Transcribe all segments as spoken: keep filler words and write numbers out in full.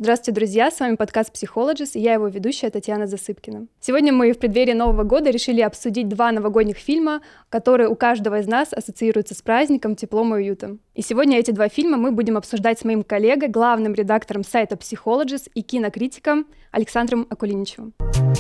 Здравствуйте, друзья! С вами подкаст «Психологис» и я его ведущая Татьяна Засыпкина. Сегодня мы в преддверии Нового года решили обсудить два новогодних фильма, которые у каждого из нас ассоциируются с праздником, теплом и уютом. И сегодня эти два фильма мы будем обсуждать с моим коллегой, главным редактором сайта «Психологис» и кинокритиком Александром Акулиничевым.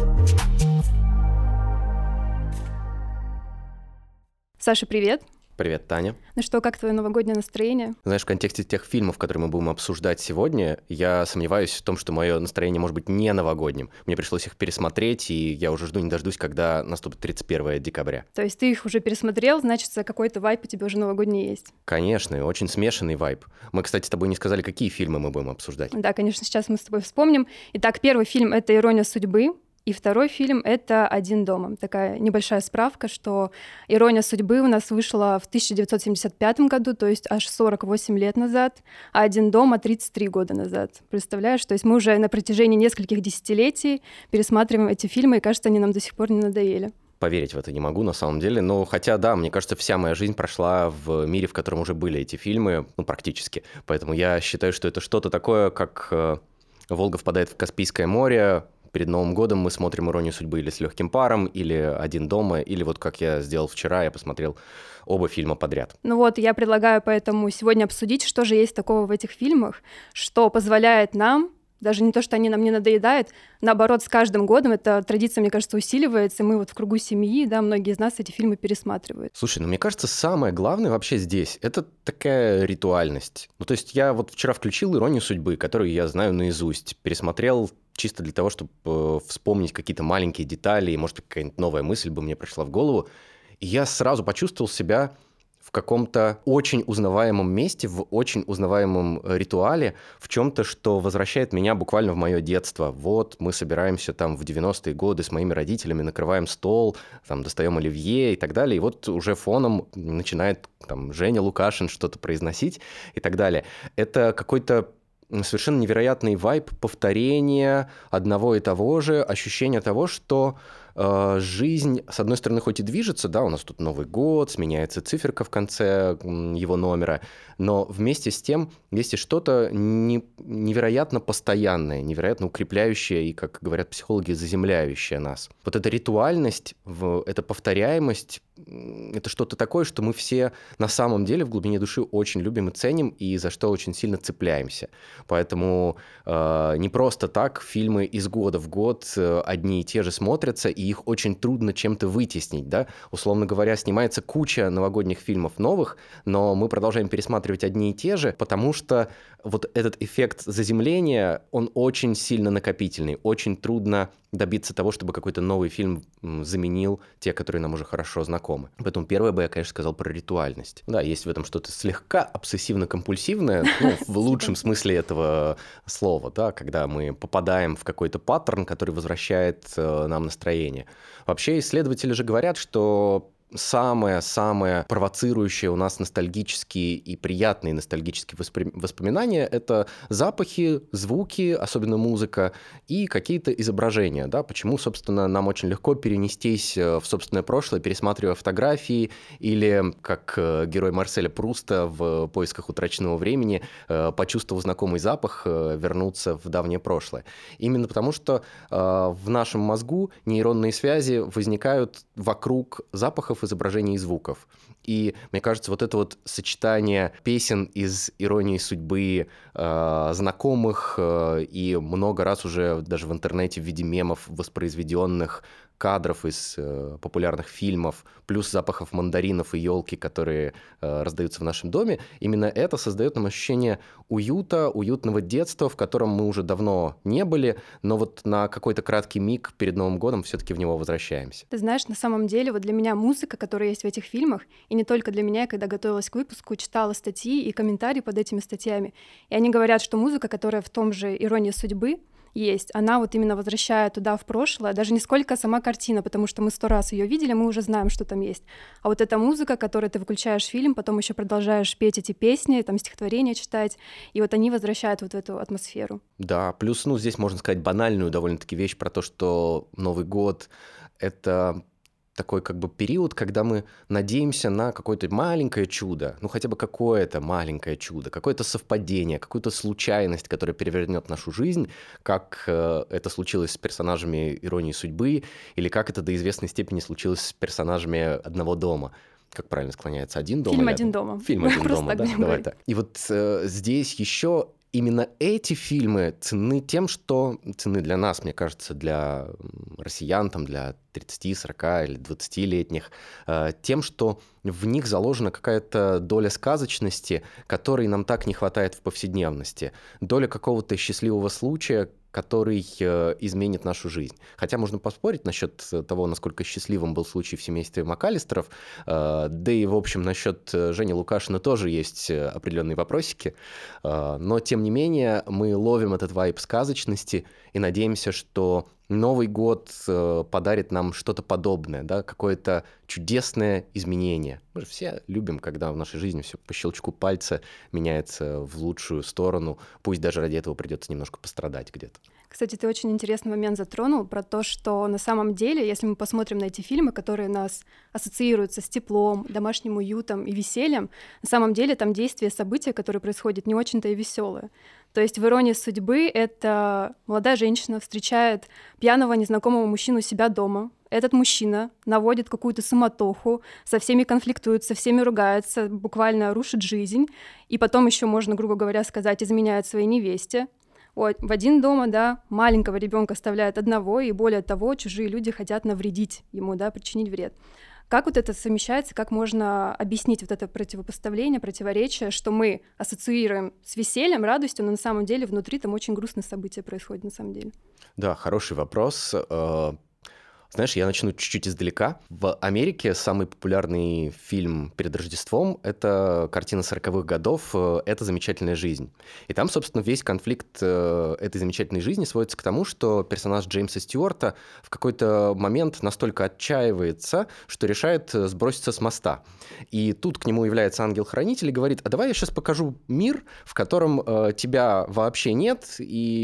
Саша, привет! Привет, Таня. Ну что, как твое новогоднее настроение? Знаешь, в контексте тех фильмов, которые мы будем обсуждать сегодня, я сомневаюсь в том, что мое настроение может быть не новогодним. Мне пришлось их пересмотреть, и я уже жду не дождусь, когда наступит тридцать первое декабря. То есть ты их уже пересмотрел, значит, какой-то вайб у тебя уже новогодний есть? Конечно, и очень смешанный вайб. Мы, кстати, с тобой не сказали, какие фильмы мы будем обсуждать. Да, конечно, сейчас мы с тобой вспомним. Итак, первый фильм — это «Ирония судьбы». И второй фильм — это «Один дома». Такая небольшая справка, что «Ирония судьбы» у нас вышла в тысяча девятьсот семьдесят пятом году, то есть аж сорок восемь лет назад, а «Один дома» — тридцать три года назад. Представляешь? То есть мы уже на протяжении нескольких десятилетий пересматриваем эти фильмы, и, кажется, они нам до сих пор не надоели. Поверить в это не могу, на самом деле. Но хотя, да, мне кажется, вся моя жизнь прошла в мире, в котором уже были эти фильмы, ну, практически. Поэтому я считаю, что это что-то такое, как э, «Волга впадает в Каспийское море», перед Новым годом мы смотрим «Иронию судьбы» или «С легким паром», или «Один дома», или вот как я сделал вчера, я посмотрел оба фильма подряд. Ну вот, я предлагаю поэтому сегодня обсудить, что же есть такого в этих фильмах, что позволяет нам, даже не то, что они нам не надоедают, наоборот, с каждым годом эта традиция, мне кажется, усиливается, и мы вот в кругу семьи, да, многие из нас эти фильмы пересматривают. Слушай, ну мне кажется, самое главное вообще здесь — это такая ритуальность. Ну то есть я вот вчера включил «Иронию судьбы», которую я знаю наизусть, пересмотрел чисто для того, чтобы э, вспомнить какие-то маленькие детали, и, может быть, какая-нибудь новая мысль бы мне пришла в голову. И я сразу почувствовал себя в каком-то очень узнаваемом месте, в очень узнаваемом ритуале, в чем-то, что возвращает меня буквально в мое детство. Вот мы собираемся там в девяностые годы с моими родителями, накрываем стол, там достаем оливье и так далее, и вот уже фоном начинает там Женя Лукашин что-то произносить и так далее. Это какой-то совершенно невероятный вайб повторения одного и того же, ощущение того, что э, жизнь, с одной стороны, хоть и движется, да, у нас тут Новый год, сменяется циферка в конце его номера, но вместе с тем есть и что-то не, невероятно постоянное, невероятно укрепляющее и, как говорят психологи, заземляющее нас. Вот эта ритуальность, эта повторяемость, это что-то такое, что мы все на самом деле в глубине души очень любим и ценим, и за что очень сильно цепляемся. Поэтому э, не просто так фильмы из года в год э, одни и те же смотрятся, и их очень трудно чем-то вытеснить. Да? Условно говоря, снимается куча новогодних фильмов новых, но мы продолжаем пересматривать одни и те же, потому что вот этот эффект заземления, он очень сильно накопительный, очень трудно добиться того, чтобы какой-то новый фильм заменил те, которые нам уже хорошо знакомы. Поэтому первое бы я, конечно, сказал про ритуальность. Да, есть в этом что-то слегка обсессивно-компульсивное, ну, в лучшем смысле этого слова, да, когда мы попадаем в какой-то паттерн, который возвращает э, нам настроение. Вообще исследователи же говорят, что самое-самое провоцирующее у нас ностальгические и приятные ностальгические воспри... воспоминания — это запахи, звуки, особенно музыка, и какие-то изображения. Да? Почему, собственно, нам очень легко перенестись в собственное прошлое, пересматривая фотографии, или, как герой Марселя Пруста в «Поисках утраченного времени», почувствовав знакомый запах, вернуться в давнее прошлое. Именно потому, что в нашем мозгу нейронные связи возникают вокруг запахов, изображений и звуков. И, мне кажется, вот это вот сочетание песен из «Иронии судьбы», э, знакомых э, и много раз уже даже в интернете в виде мемов воспроизведенных кадров из э, популярных фильмов, плюс запахов мандаринов и елки, которые э, раздаются в нашем доме, именно это создает нам ощущение уюта, уютного детства, в котором мы уже давно не были, но вот на какой-то краткий миг перед Новым годом все-таки в него возвращаемся. Ты знаешь, на самом деле вот для меня музыка, которая есть в этих фильмах, и не только для меня, я когда готовилась к выпуску, читала статьи и комментарии под этими статьями, и они говорят, что музыка, которая в том же «Иронии судьбы» есть, она вот именно возвращает туда в прошлое, даже не сколько сама картина, потому что мы сто раз ее видели, мы уже знаем, что там есть. А вот эта музыка, которой ты выключаешь фильм, потом еще продолжаешь петь эти песни, там стихотворения читать, и вот они возвращают вот эту атмосферу. Да, плюс, ну, здесь можно сказать банальную довольно-таки вещь про то, что Новый год — это такой как бы период, когда мы надеемся на какое-то маленькое чудо, ну хотя бы какое-то маленькое чудо, какое-то совпадение, какую-то случайность, которая перевернет нашу жизнь, как э, это случилось с персонажами «Иронии судьбы», или как это до известной степени случилось с персонажами «Одного дома». Как правильно склоняется? «Один дома»? Фильм «Один дома». Фильм «Один дома», да, давай так. И вот э, здесь еще именно эти фильмы ценны тем, что ценны для нас, мне кажется, для россиян, там, для тридцати, сорока или двадцатилетних, э, тем, что в них заложена какая-то доля сказочности, которой нам так не хватает в повседневности, доля какого-то счастливого случая, который э, изменит нашу жизнь. Хотя можно поспорить насчет того, насколько счастливым был случай в семействе МакАлистеров, э, да и, в общем, насчет Жени Лукашина тоже есть определенные вопросики, э, но, тем не менее, мы ловим этот вайб сказочности и надеемся, что Новый год э, подарит нам что-то подобное, да, какое-то чудесное изменение. Мы же все любим, когда в нашей жизни все по щелчку пальца меняется в лучшую сторону, пусть даже ради этого придется немножко пострадать где-то. Кстати, ты очень интересный момент затронул про то, что на самом деле, если мы посмотрим на эти фильмы, которые у нас ассоциируются с теплом, домашним уютом и весельем, на самом деле там действия, события, которые происходят, не очень-то и веселые. То есть в «Иронии судьбы» это молодая женщина встречает пьяного незнакомого мужчину у себя дома. Этот мужчина наводит какую-то суматоху, со всеми конфликтует, со всеми ругается, буквально рушит жизнь. И потом еще можно, грубо говоря, сказать, изменяет своей невесте. Вот, в «Один дома», да, маленького ребенка оставляют одного, и более того, чужие люди хотят навредить ему, да, причинить вред. Как вот это совмещается, как можно объяснить вот это противопоставление, противоречие, что мы ассоциируем с весельем, радостью, но на самом деле внутри там очень грустные события происходят на самом деле? Да, хороший вопрос. Знаешь, я начну чуть-чуть издалека. В Америке самый популярный фильм перед Рождеством — это картина сороковых годов «Это замечательная жизнь». И там, собственно, весь конфликт этой замечательной жизни сводится к тому, что персонаж Джеймса Стюарта в какой-то момент настолько отчаивается, что решает сброситься с моста. И тут к нему является ангел-хранитель и говорит: а давай я сейчас покажу мир, в котором э, тебя вообще нет,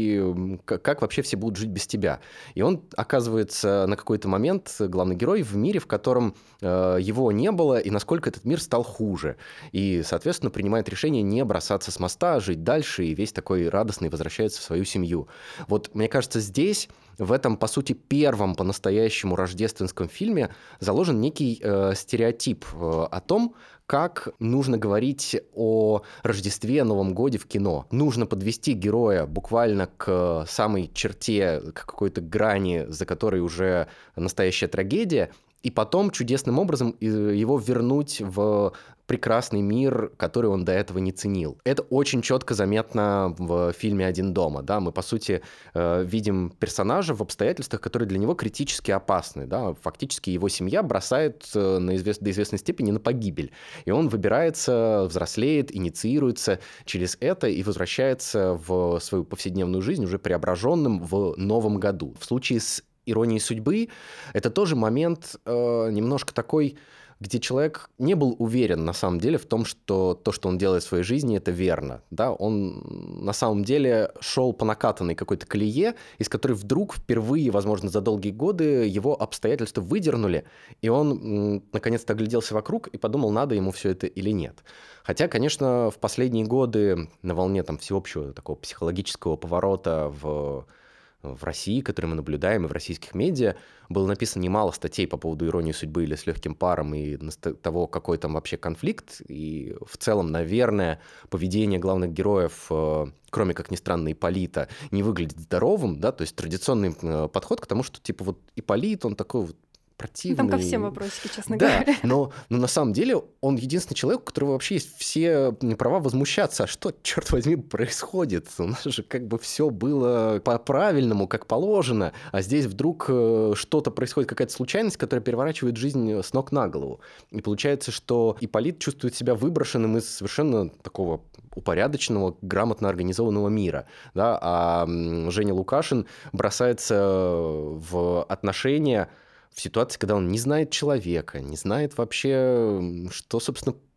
и как вообще все будут жить без тебя. И он оказывается на какой-то момент главный герой в мире, в котором э, его не было, и насколько этот мир стал хуже. И, соответственно, принимает решение не бросаться с моста, а жить дальше, и весь такой радостный возвращается в свою семью. Вот, мне кажется, здесь, в этом, по сути, первом по-настоящему рождественском фильме заложен некий э, стереотип э, о том, как нужно говорить о Рождестве, Новом годе в кино. Нужно подвести героя буквально к самой черте, к какой-то грани, за которой уже настоящая трагедия, и потом чудесным образом его вернуть в прекрасный мир, который он до этого не ценил. Это очень четко заметно в фильме «Один дома». Да? Мы, по сути, видим персонажа в обстоятельствах, которые для него критически опасны. Да? Фактически его семья бросает на извест... до известной степени на погибель. И он выбирается, взрослеет, инициируется через это и возвращается в свою повседневную жизнь уже преображенным в новом году. В случае с «Иронией судьбы» это тоже момент э, немножко такой, где человек не был уверен на самом деле в том, что то, что он делает в своей жизни, это верно. Да? Он на самом деле шел по накатанной какой-то колее, из которой вдруг впервые, возможно, за долгие годы его обстоятельства выдернули, и он м, наконец-то огляделся вокруг и подумал, надо ему все это или нет. Хотя, конечно, в последние годы на волне там, всеобщего такого психологического поворота в... в России, который мы наблюдаем, и в российских медиа, было написано немало статей по поводу «Иронии судьбы» или «С легким паром» и того, какой там вообще конфликт. И в целом, наверное, поведение главных героев, кроме, как ни странно, Ипполита, не выглядит здоровым, да, то есть традиционный подход к тому, что типа вот Ипполит, он такой вот противный. Там ко всем вопросики, честно да, говоря. Но, но на самом деле он единственный человек, у которого вообще есть все права возмущаться. А что, черт возьми, происходит? У нас же как бы все было по-правильному, как положено, а здесь вдруг что-то происходит, какая-то случайность, которая переворачивает жизнь с ног на голову. И получается, что Ипполит чувствует себя выброшенным из совершенно такого упорядоченного, грамотно организованного мира. Да? А Женя Лукашин бросается в отношения в ситуации, когда он не знает человека, не знает вообще, что, собственно,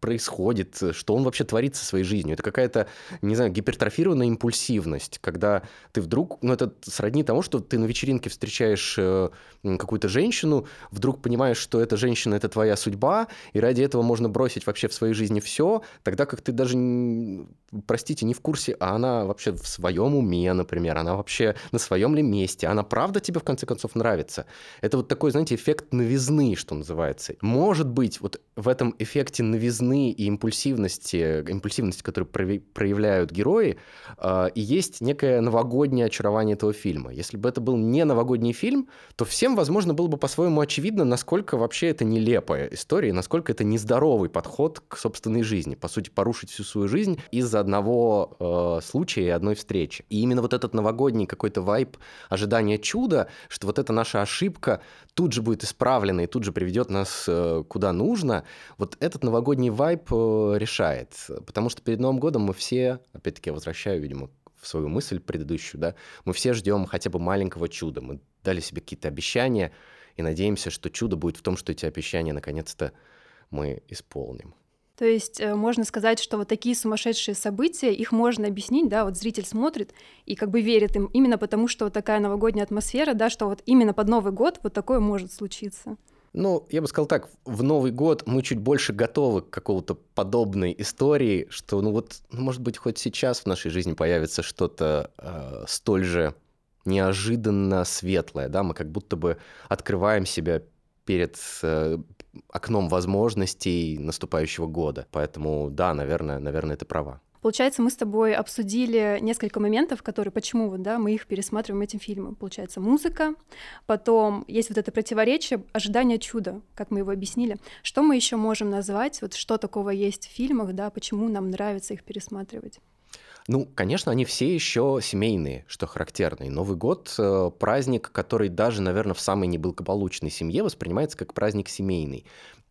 происходит, что он вообще творит со своей жизнью. Это какая-то, не знаю, гипертрофированная импульсивность, когда ты вдруг, ну это сродни тому, что ты на вечеринке встречаешь э, какую-то женщину, вдруг понимаешь, что эта женщина — это твоя судьба, и ради этого можно бросить вообще в своей жизни все, тогда как ты даже, простите, не в курсе, а она вообще в своем уме, например, она вообще на своем ли месте, она правда тебе в конце концов нравится. Это вот такой, знаете, эффект новизны, что называется. Может быть, вот в этом эффекте новизны и импульсивности, импульсивности, которую проявляют герои, и есть некое новогоднее очарование этого фильма. Если бы это был не новогодний фильм, то всем, возможно, было бы по-своему очевидно, насколько вообще это нелепая история, насколько это нездоровый подход к собственной жизни. По сути, порушить всю свою жизнь из-за одного э, случая и одной встречи. И именно вот этот новогодний какой-то вайб ожидания чуда, что вот эта наша ошибка тут же будет исправлена и тут же приведет нас э, куда нужно, вот этот новогодний вайб вайб решает, потому что перед Новым годом мы все, опять-таки я возвращаю, видимо, в свою мысль предыдущую, да, мы все ждем хотя бы маленького чуда, мы дали себе какие-то обещания и надеемся, что чудо будет в том, что эти обещания наконец-то мы исполним. То есть можно сказать, что вот такие сумасшедшие события, их можно объяснить, да, вот зритель смотрит и как бы верит им именно потому, что вот такая новогодняя атмосфера, да, что вот именно под Новый год вот такое может случиться. Ну, я бы сказал так, в Новый год мы чуть больше готовы к какого-то подобной истории, что, ну вот, ну, может быть, хоть сейчас в нашей жизни появится что-то э, столь же неожиданно светлое, да, мы как будто бы открываем себя перед э, окном возможностей наступающего года. Поэтому, да, наверное, наверное, ты права. Получается, мы с тобой обсудили несколько моментов, которые, почему вот, да, мы их пересматриваем этим фильмом. Получается, музыка, потом есть вот это противоречие, ожидание чуда, как мы его объяснили. Что мы еще можем назвать, вот что такого есть в фильмах, да, почему нам нравится их пересматривать? Ну, конечно, они все еще семейные, что характерно. И Новый год э, — праздник, который даже, наверное, в самой неблагополучной семье воспринимается как праздник семейный.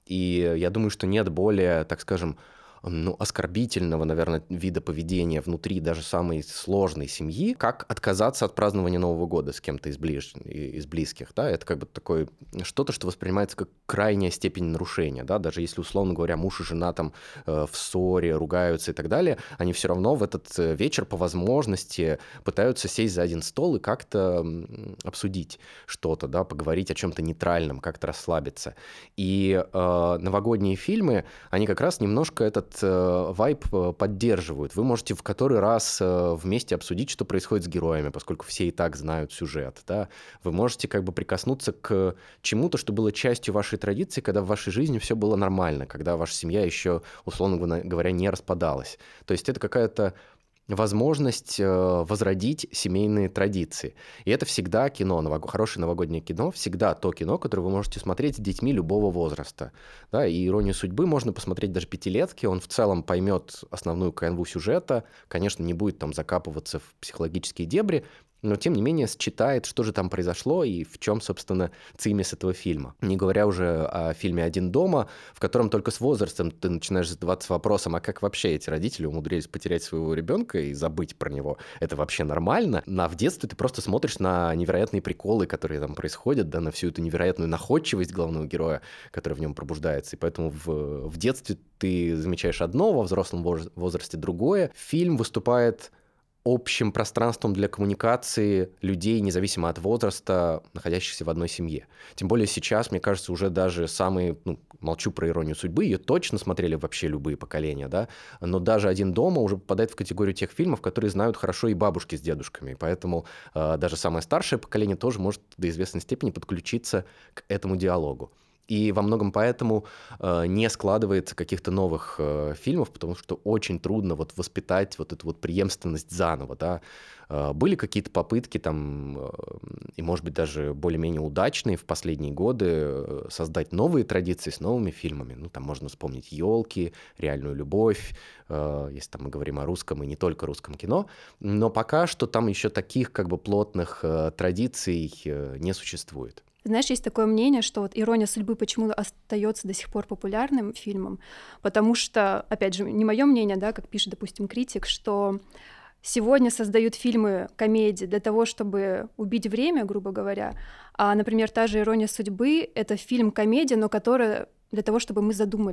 И я думаю, что нет более, так скажем, ну, оскорбительного, наверное, вида поведения внутри даже самой сложной семьи, как отказаться от празднования Нового года с кем-то из, ближ... из близких, да, это как бы такое что-то, что воспринимается как крайняя степень нарушения, да, даже если, условно говоря, муж и жена там э, в ссоре, ругаются и так далее, они все равно в этот вечер по возможности пытаются сесть за один стол и как-то обсудить что-то, да, поговорить о чем-то нейтральном, как-то расслабиться. И э, новогодние фильмы, они как раз немножко этот вайб поддерживают. Вы можете в который раз вместе обсудить, что происходит с героями, поскольку все и так знают сюжет. Да? Вы можете как бы прикоснуться к чему-то, что было частью вашей традиции, когда в вашей жизни все было нормально, когда ваша семья еще, условно говоря, не распадалась. То есть это какая-то возможность возродить семейные традиции. И это всегда кино, новог... хорошее новогоднее кино, всегда то кино, которое вы можете смотреть с детьми любого возраста. Да, и «Иронию судьбы» можно посмотреть даже пятилетки, он в целом поймет основную канву сюжета, конечно, не будет там закапываться в психологические дебри, но, тем не менее, считает, что же там произошло и в чем, собственно, цимис этого фильма. Не говоря уже о фильме «Один дома», в котором только с возрастом ты начинаешь задаваться вопросом, а как вообще эти родители умудрились потерять своего ребенка и забыть про него? Это вообще нормально? А в детстве ты просто смотришь на невероятные приколы, которые там происходят, да, на всю эту невероятную находчивость главного героя, которая в нем пробуждается. И поэтому в, в детстве ты замечаешь одно, во взрослом возрасте другое. Фильм выступает общим пространством для коммуникации людей, независимо от возраста, находящихся в одной семье. Тем более сейчас, мне кажется, уже даже самые, ну, молчу про «Иронию судьбы», ее точно смотрели вообще любые поколения, да, но даже «Один дома» уже попадает в категорию тех фильмов, которые знают хорошо и бабушки с дедушками, поэтому э, даже самое старшее поколение тоже может до известной степени подключиться к этому диалогу. И во многом поэтому э, не складывается каких-то новых э, фильмов, потому что очень трудно вот воспитать вот эту вот преемственность заново, да. Э, были какие-то попытки там, э, и, может быть, даже более-менее удачные в последние годы э, создать новые традиции с новыми фильмами. Ну, там можно вспомнить «Елки», «Реальную любовь», э, если там мы говорим о русском и не только русском кино. Но пока что там еще таких как бы плотных э, традиций э, не существует. Знаешь, есть такое мнение, что вот «Ирония судьбы» почему остается до сих пор популярным фильмом, потому что, опять же, не мое мнение, да, как пишет, допустим, критик, что сегодня создают фильмы, комедии для того, чтобы убить время, грубо говоря, а, например, та же «Ирония судьбы» — это фильм-комедия, но которая для того, чтобы мы задумались.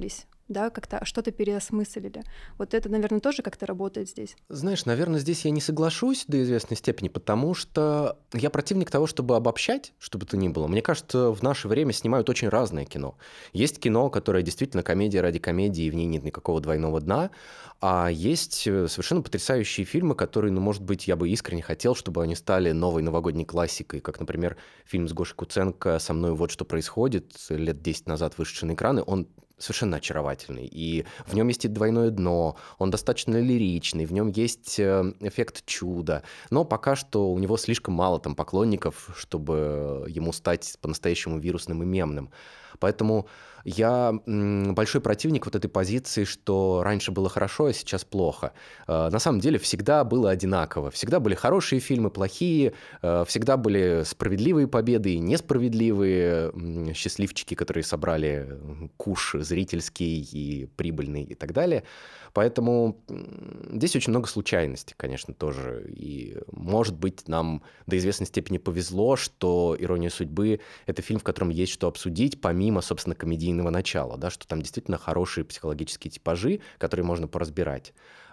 да, как-то что-то переосмыслили. Вот это, наверное, тоже как-то работает здесь. Знаешь, наверное, здесь я не соглашусь до известной степени, потому что я противник того, чтобы обобщать, что бы то ни было. Мне кажется, в наше время снимают очень разное кино. Есть кино, которое действительно комедия ради комедии, и в ней нет никакого двойного дна, а есть совершенно потрясающие фильмы, которые, ну, может быть, я бы искренне хотел, чтобы они стали новой новогодней классикой, как, например, фильм с Гошей Куценко «Со мной вот что происходит», лет десять назад вышедший на экраны. Он совершенно очаровательный, и в нем есть и двойное дно, он достаточно лиричный, в нем есть эффект чуда, но пока что у него слишком мало там поклонников, чтобы ему стать по-настоящему вирусным и мемным. Поэтому я большой противник вот этой позиции, что раньше было хорошо, а сейчас плохо. На самом деле всегда было одинаково. Всегда были хорошие фильмы, плохие, всегда были справедливые победы и несправедливые счастливчики, которые собрали куш зрительский и прибыльный и так далее. Поэтому здесь очень много случайностей, конечно, тоже. И, может быть, нам до известной степени повезло, что «Ирония судьбы» — это фильм, в котором есть что обсудить, помимо, собственно, комедийного начала, да, что там действительно хорошие психологические типажи, которые можно поразбирать.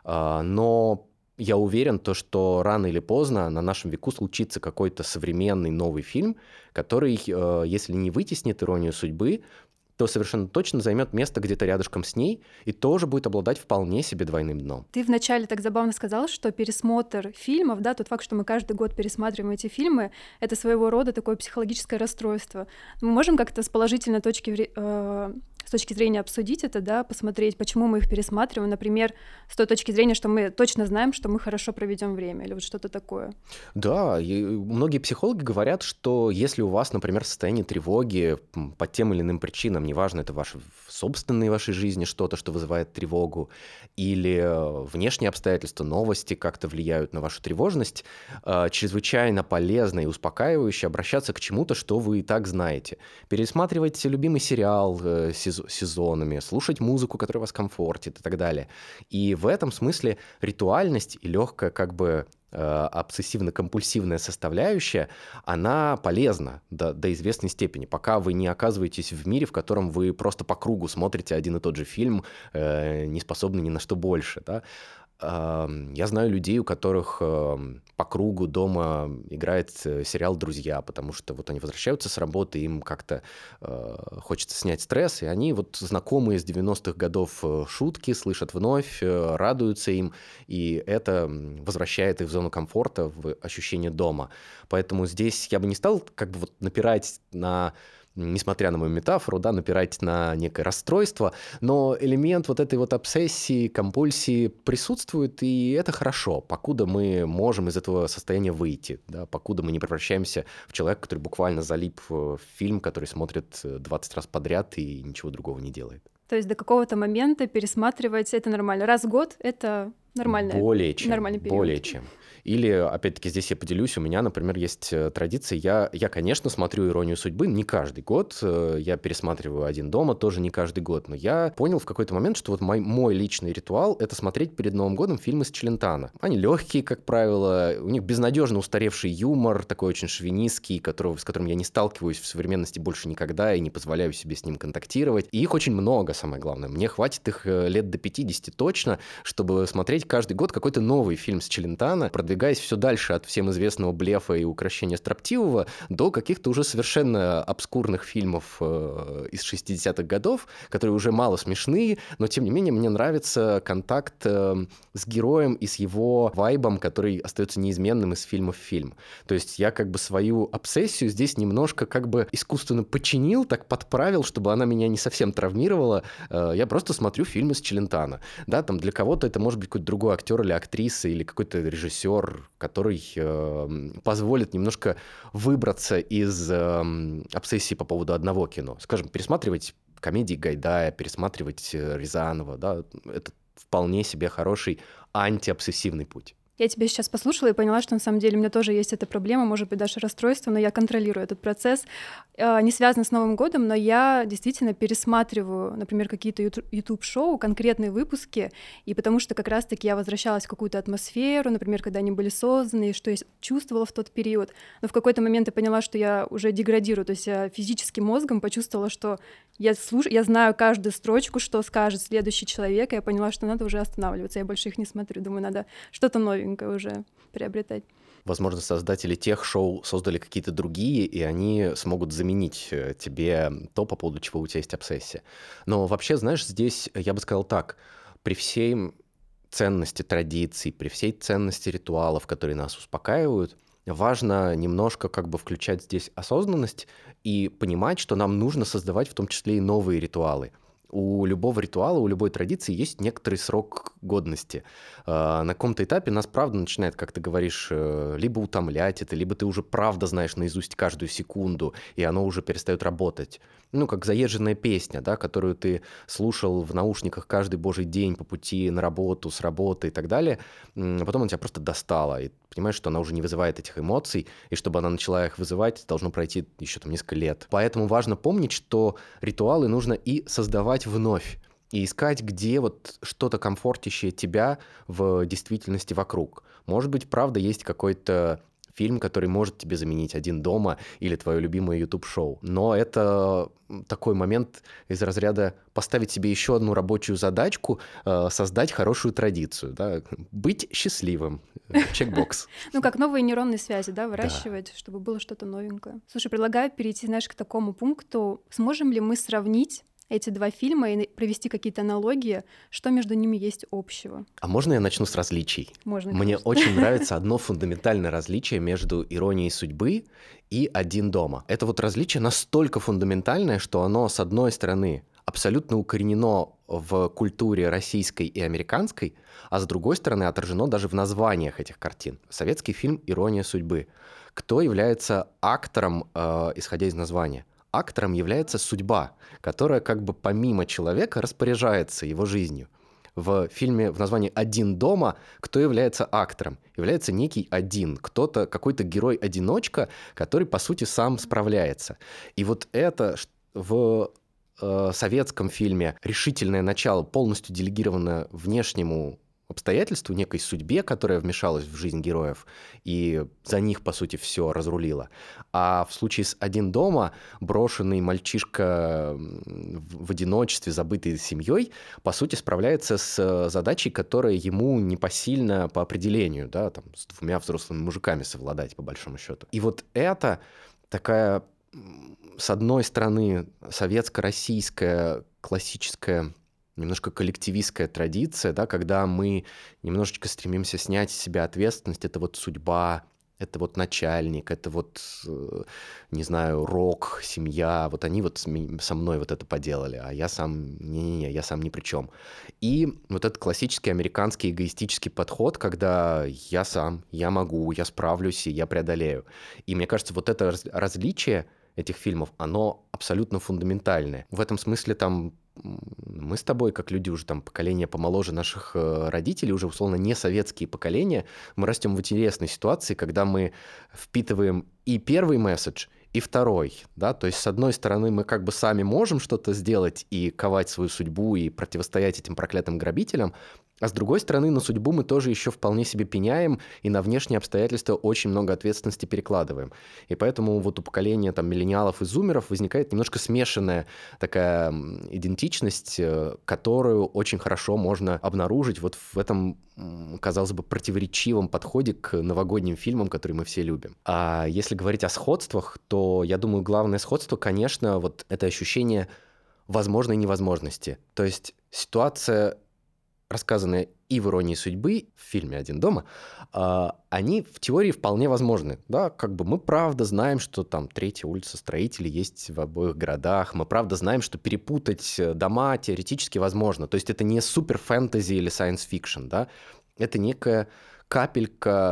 Но я уверен, то, что рано или поздно на нашем веку случится какой-то современный новый фильм, который, если не вытеснит «Иронию судьбы», то совершенно точно займет место где-то рядышком с ней и тоже будет обладать вполне себе двойным дном. Ты вначале так забавно сказал, что пересмотр фильмов, да, тот факт, что мы каждый год пересматриваем эти фильмы, это своего рода такое психологическое расстройство. Мы можем как-то с положительной точки э, с точки зрения обсудить это, да, посмотреть, почему мы их пересматриваем, например, с той точки зрения, что мы точно знаем, что мы хорошо проведем время, или вот что-то такое. Да, и многие психологи говорят, что если у вас, например, состояние тревоги по тем или иным причинам, неважно, это ваши собственные вашей жизни что-то, что вызывает тревогу, или внешние обстоятельства, новости как-то влияют на вашу тревожность, чрезвычайно полезно и успокаивающе обращаться к чему-то, что вы и так знаете. Пересматривать любимый сериал сезонами, слушать музыку, которая вас комфортит и так далее. И в этом смысле ритуальность и легкая как бы обсессивно-компульсивная составляющая, она полезна до, до известной степени, пока вы не оказываетесь в мире, в котором вы просто по кругу смотрите один и тот же фильм, э, не способны ни на что больше. Да? Я знаю людей, у которых по кругу дома играет сериал «Друзья», потому что вот они возвращаются с работы, им как-то хочется снять стресс, и они вот знакомые с девяностых годов шутки слышат вновь, радуются им, и это возвращает их в зону комфорта, в ощущение дома. Поэтому здесь я бы не стал как бы вот напирать на... несмотря на мою метафору, да, напирать на некое расстройство, но элемент вот этой вот обсессии, компульсии присутствует, и это хорошо, покуда мы можем из этого состояния выйти, да, покуда мы не превращаемся в человека, который буквально залип в фильм, который смотрит двадцать раз подряд и ничего другого не делает. То есть до какого-то момента пересматривать это нормально. Раз в год это нормально. Более чем. Нормальный период. Более чем. Или, опять-таки, здесь я поделюсь, у меня, например, есть традиция, я, я, конечно, смотрю «Иронию судьбы» не каждый год, я пересматриваю «Один дома» тоже не каждый год, но я понял в какой-то момент, что вот мой, мой личный ритуал — это смотреть перед Новым годом фильмы с Челентано. Они легкие, как правило, у них безнадежно устаревший юмор, такой очень шовинистский, которого, с которым я не сталкиваюсь в современности больше никогда и не позволяю себе с ним контактировать. И их очень много, самое главное. Мне хватит их лет до пятидесяти точно, чтобы смотреть каждый год какой-то новый фильм с Челентано, продвигаясь все дальше от всем известного блефа и укрощения строптивого до каких-то уже совершенно обскурных фильмов э, из шестидесятых годов, которые уже мало смешные, но тем не менее мне нравится контакт э, с героем и с его вайбом, который остается неизменным из фильма в фильм. То есть я как бы свою обсессию здесь немножко как бы искусственно подчинил, так подправил, чтобы она меня не совсем травмировала. Э, я просто смотрю фильмы с Челентано. Да, там для кого-то это может быть какой-то другой актер или актриса, или какой-то режиссер, который э, позволит немножко выбраться из э, обсессии по поводу одного кино. Скажем, пересматривать комедии Гайдая, пересматривать Рязанова, да, это вполне себе хороший антиобсессивный путь. Я тебя сейчас послушала и поняла, что на самом деле у меня тоже есть эта проблема, может быть, даже расстройство, но я контролирую этот процесс. Э, Не связано с Новым годом, но я действительно пересматриваю, например, какие-то YouTube-шоу, конкретные выпуски, и потому что как раз-таки я возвращалась в какую-то атмосферу, например, когда они были созданы, и что я чувствовала в тот период. Но в какой-то момент я поняла, что я уже деградирую, то есть я физически мозгом почувствовала, что я, слуш... я знаю каждую строчку, что скажет следующий человек, и я поняла, что надо уже останавливаться, я больше их не смотрю, думаю, надо что-то новенькое уже приобретать. Возможно, создатели тех шоу создали какие-то другие, и они смогут заменить э, тебе то, по поводу чего у тебя есть обсессия. Но вообще, знаешь, здесь я бы сказал так, при всей ценности традиций, при всей ценности ритуалов, которые нас успокаивают, важно немножко как бы включать здесь осознанность и понимать, что нам нужно создавать в том числе и новые ритуалы. У любого ритуала, у любой традиции есть некоторый срок годности. Э, На каком-то этапе нас правда начинает, как ты говоришь, э, либо утомлять это, либо ты уже правда знаешь наизусть каждую секунду, и оно уже перестает работать. Ну, как заезженная песня, да, которую ты слушал в наушниках каждый божий день по пути на работу, с работы и так далее, м, а потом она тебя просто достала, и понимаешь, что она уже не вызывает этих эмоций, и чтобы она начала их вызывать, должно пройти еще там несколько лет. Поэтому важно помнить, что ритуалы нужно и создавать вновь, и искать, где вот что-то комфортящее тебя в действительности вокруг. Может быть, правда, есть какой-то фильм, который может тебе заменить «Один дома» или твое любимое YouTube-шоу. Но это такой момент из разряда поставить себе еще одну рабочую задачку, э, создать хорошую традицию, да? Быть счастливым. Чекбокс. Ну, как новые нейронные связи, да, выращивать, чтобы было что-то новенькое. Слушай, предлагаю перейти, знаешь, к такому пункту. Сможем ли мы сравнить эти два фильма и провести какие-то аналогии, что между ними есть общего? А можно я начну с различий? Можно, Мне конечно. очень нравится одно фундаментальное различие между «Иронией судьбы» и «Один дома». Это вот различие настолько фундаментальное, что оно, с одной стороны, абсолютно укоренено в культуре российской и американской, а с другой стороны, отражено даже в названиях этих картин. Советский фильм «Ирония судьбы». Кто является актором, э, исходя из названия? Актором является судьба, которая как бы помимо человека распоряжается его жизнью. В фильме в названии «Один дома» кто является актором? Является некий один, кто-то, какой-то герой-одиночка, который, по сути, сам справляется. И вот это в э, советском фильме решительное начало полностью делегировано внешнему обстоятельству, некой судьбе, которая вмешалась в жизнь героев, и за них, по сути, все разрулила. А в случае с «Один дома» брошенный мальчишка в одиночестве, забытый семьей, по сути, справляется с задачей, которая ему непосильна по определению, да, там, с двумя взрослыми мужиками совладать, по большому счету. И вот это такая, с одной стороны, советско-российская классическая немножко коллективистская традиция, да, когда мы немножечко стремимся снять с себя ответственность. Это вот судьба, это вот начальник, это вот, не знаю, рок, семья. Вот они вот со мной вот это поделали, а я сам, не-не-не, я сам ни при чем. И вот этот классический американский эгоистический подход, когда я сам, я могу, я справлюсь, и я преодолею. И мне кажется, вот это различие этих фильмов, оно абсолютно фундаментальное. В этом смысле там мы с тобой, как люди уже там поколения помоложе наших родителей, уже условно не советские поколения, мы растем в интересной ситуации, когда мы впитываем и первый месседж, и второй, да, то есть с одной стороны мы как бы сами можем что-то сделать и ковать свою судьбу и противостоять этим проклятым грабителям, а с другой стороны на судьбу мы тоже еще вполне себе пеняем и на внешние обстоятельства очень много ответственности перекладываем. И поэтому вот у поколения там миллениалов и зумеров возникает немножко смешанная такая идентичность, которую очень хорошо можно обнаружить вот в этом, казалось бы, противоречивом подходе к новогодним фильмам, которые мы все любим. А если говорить о сходствах, то я думаю, главное сходство, конечно, вот это ощущение возможной невозможности. То есть ситуация, рассказанные и в «Иронии судьбы», в фильме «Один дома», они в теории вполне возможны. Да? Как бы мы правда знаем, что там Третья улица Строителей есть в обоих городах, мы правда знаем, что перепутать дома теоретически возможно. То есть это не супер-фэнтези или сайенс-фикшн, да? Это некая капелька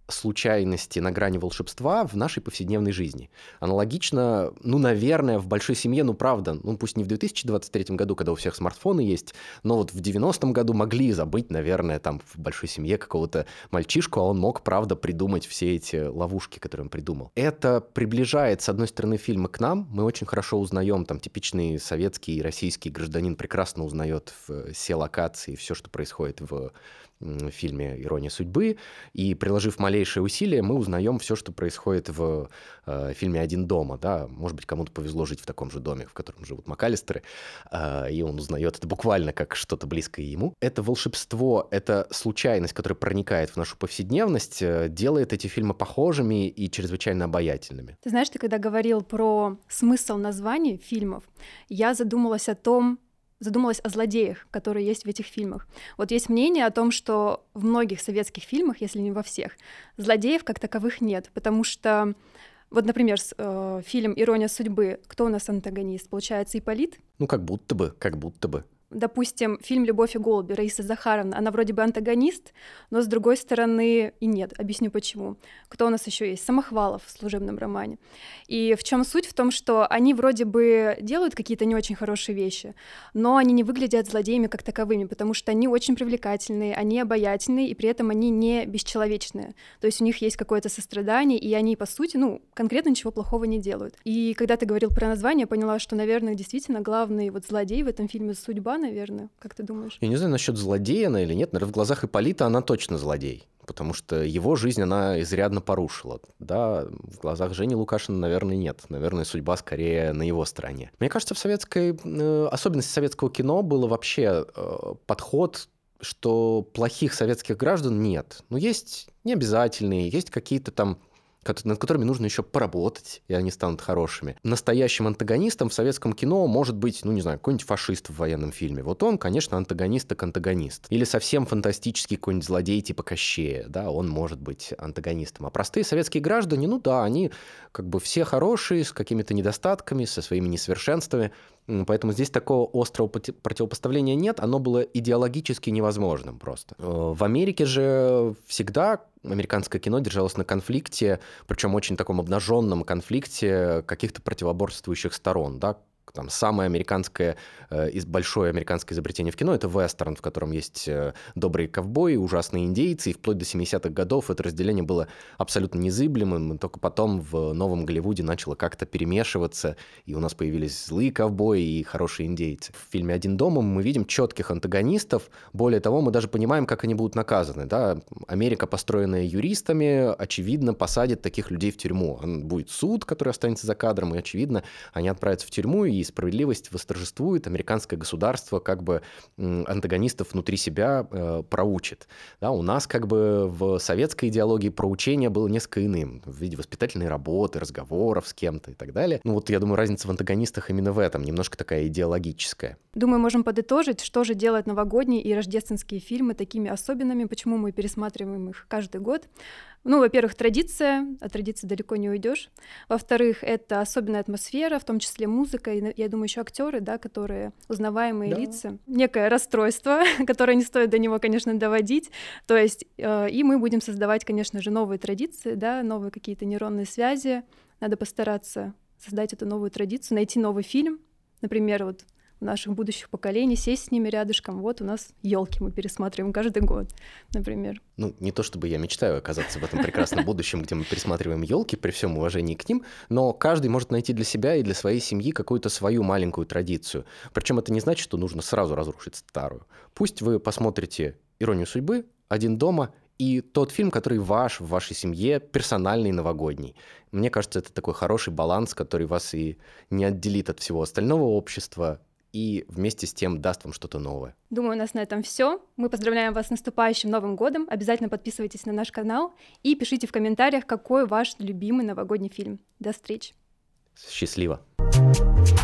случайности на грани волшебства в нашей повседневной жизни. Аналогично, ну, наверное, в большой семье, ну, правда, ну, пусть не в две тысячи двадцать третьем году, когда у всех смартфоны есть, но вот в девяностом году могли забыть, наверное, там в большой семье какого-то мальчишку, а он мог, правда, придумать все эти ловушки, которые он придумал. Это приближает, с одной стороны, фильмы к нам. Мы очень хорошо узнаем, там, типичный советский и российский гражданин прекрасно узнает все локации, все, что происходит в в фильме «Ирония судьбы», и, приложив малейшие усилия, мы узнаем все, что происходит в э, фильме «Один дома». Да? Может быть, кому-то повезло жить в таком же доме, в котором живут МакАлистеры, э, и он узнает это буквально как что-то близкое ему. Это волшебство, это случайность, которая проникает в нашу повседневность, э, делает эти фильмы похожими и чрезвычайно обаятельными. Ты знаешь, ты когда говорил про смысл названий фильмов, я задумалась о том, задумалась о злодеях, которые есть в этих фильмах. Вот есть мнение о том, что в многих советских фильмах, если не во всех, злодеев как таковых нет, потому что, вот, например, э, фильм «Ирония судьбы», кто у нас антагонист? Получается, Ипполит? Ну, как будто бы, как будто бы. Допустим, фильм «Любовь и голуби» Раиса Захаровна, она вроде бы антагонист, но с другой стороны и нет. Объясню почему. Кто у нас еще есть? Самохвалов в «Служебном романе». И в чем суть? В том, что они вроде бы делают какие-то не очень хорошие вещи, но они не выглядят злодеями как таковыми, потому что они очень привлекательные, они обаятельные, и при этом они не бесчеловечные. То есть у них есть какое-то сострадание, и они, по сути, ну, конкретно ничего плохого не делают. И когда ты говорил про название, я поняла, что, наверное, действительно главный вот злодей в этом фильме — судьба, наверное. Как ты думаешь? Я не знаю, насчет злодея она или нет. Наверное, в глазах Ипполита она точно злодей, потому что его жизнь она изрядно порушила. Да, в глазах Жени Лукашина, наверное, нет. Наверное, судьба скорее на его стороне. Мне кажется, в советской... Э, особенность советского кино было вообще э, подход, что плохих советских граждан нет. Но есть необязательные, есть какие-то там, над которыми нужно еще поработать, и они станут хорошими. Настоящим антагонистом в советском кино может быть, ну, не знаю, какой-нибудь фашист в военном фильме. Вот он, конечно, антагонист так антагонист. Или совсем фантастический какой-нибудь злодей типа Кощея, да, он может быть антагонистом. А простые советские граждане, ну да, они как бы все хорошие, с какими-то недостатками, со своими несовершенствами. Поэтому здесь такого острого противопоставления нет, оно было идеологически невозможным просто. В Америке же всегда американское кино держалось на конфликте, причем очень таком обнаженном конфликте каких-то противоборствующих сторон, да. Там самое американское, э, большое американское изобретение в кино — это вестерн, в котором есть э, добрые ковбои, ужасные индейцы, и вплоть до семидесятых годов это разделение было абсолютно незыблемым, и только потом в новом Голливуде начало как-то перемешиваться, и у нас появились злые ковбои и хорошие индейцы. В фильме «Один дома» мы видим четких антагонистов, более того, мы даже понимаем, как они будут наказаны. Да? Америка, построенная юристами, очевидно, посадит таких людей в тюрьму. Будет суд, который останется за кадром, и, очевидно, они отправятся в тюрьму, и справедливость восторжествует, американское государство как бы антагонистов внутри себя э, проучит. Да, у нас как бы в советской идеологии проучение было несколько иным, в виде воспитательной работы, разговоров с кем-то и так далее. Ну вот я думаю, разница в антагонистах именно в этом, немножко такая идеологическая. Думаю, можем подытожить, что же делает новогодние и рождественские фильмы такими особенными, почему мы пересматриваем их каждый год. Ну, во-первых, традиция, от традиции далеко не уйдешь. Во-вторых, это особенная атмосфера, в том числе музыка, и, я думаю, еще актеры, да, которые узнаваемые да. лица. Некое расстройство, которое не стоит до него, конечно, доводить. То есть, э, и мы будем создавать, конечно же, новые традиции, да, новые какие-то нейронные связи. Надо постараться создать эту новую традицию, найти новый фильм, например, вот наших будущих поколений, сесть с ними рядышком. Вот у нас елки мы пересматриваем каждый год, например. Ну, не то чтобы я мечтаю оказаться в этом прекрасном будущем, где мы пересматриваем елки при всем уважении к ним, но каждый может найти для себя и для своей семьи какую-то свою маленькую традицию. Причем это не значит, что нужно сразу разрушить старую. Пусть вы посмотрите «Иронию судьбы», «Один дома» и тот фильм, который ваш, в вашей семье, персональный, новогодний. Мне кажется, это такой хороший баланс, который вас и не отделит от всего остального общества, и вместе с тем даст вам что-то новое. Думаю, у нас на этом все. Мы поздравляем вас с наступающим Новым годом. Обязательно подписывайтесь на наш канал и пишите в комментариях, какой ваш любимый новогодний фильм. До встречи. Счастливо.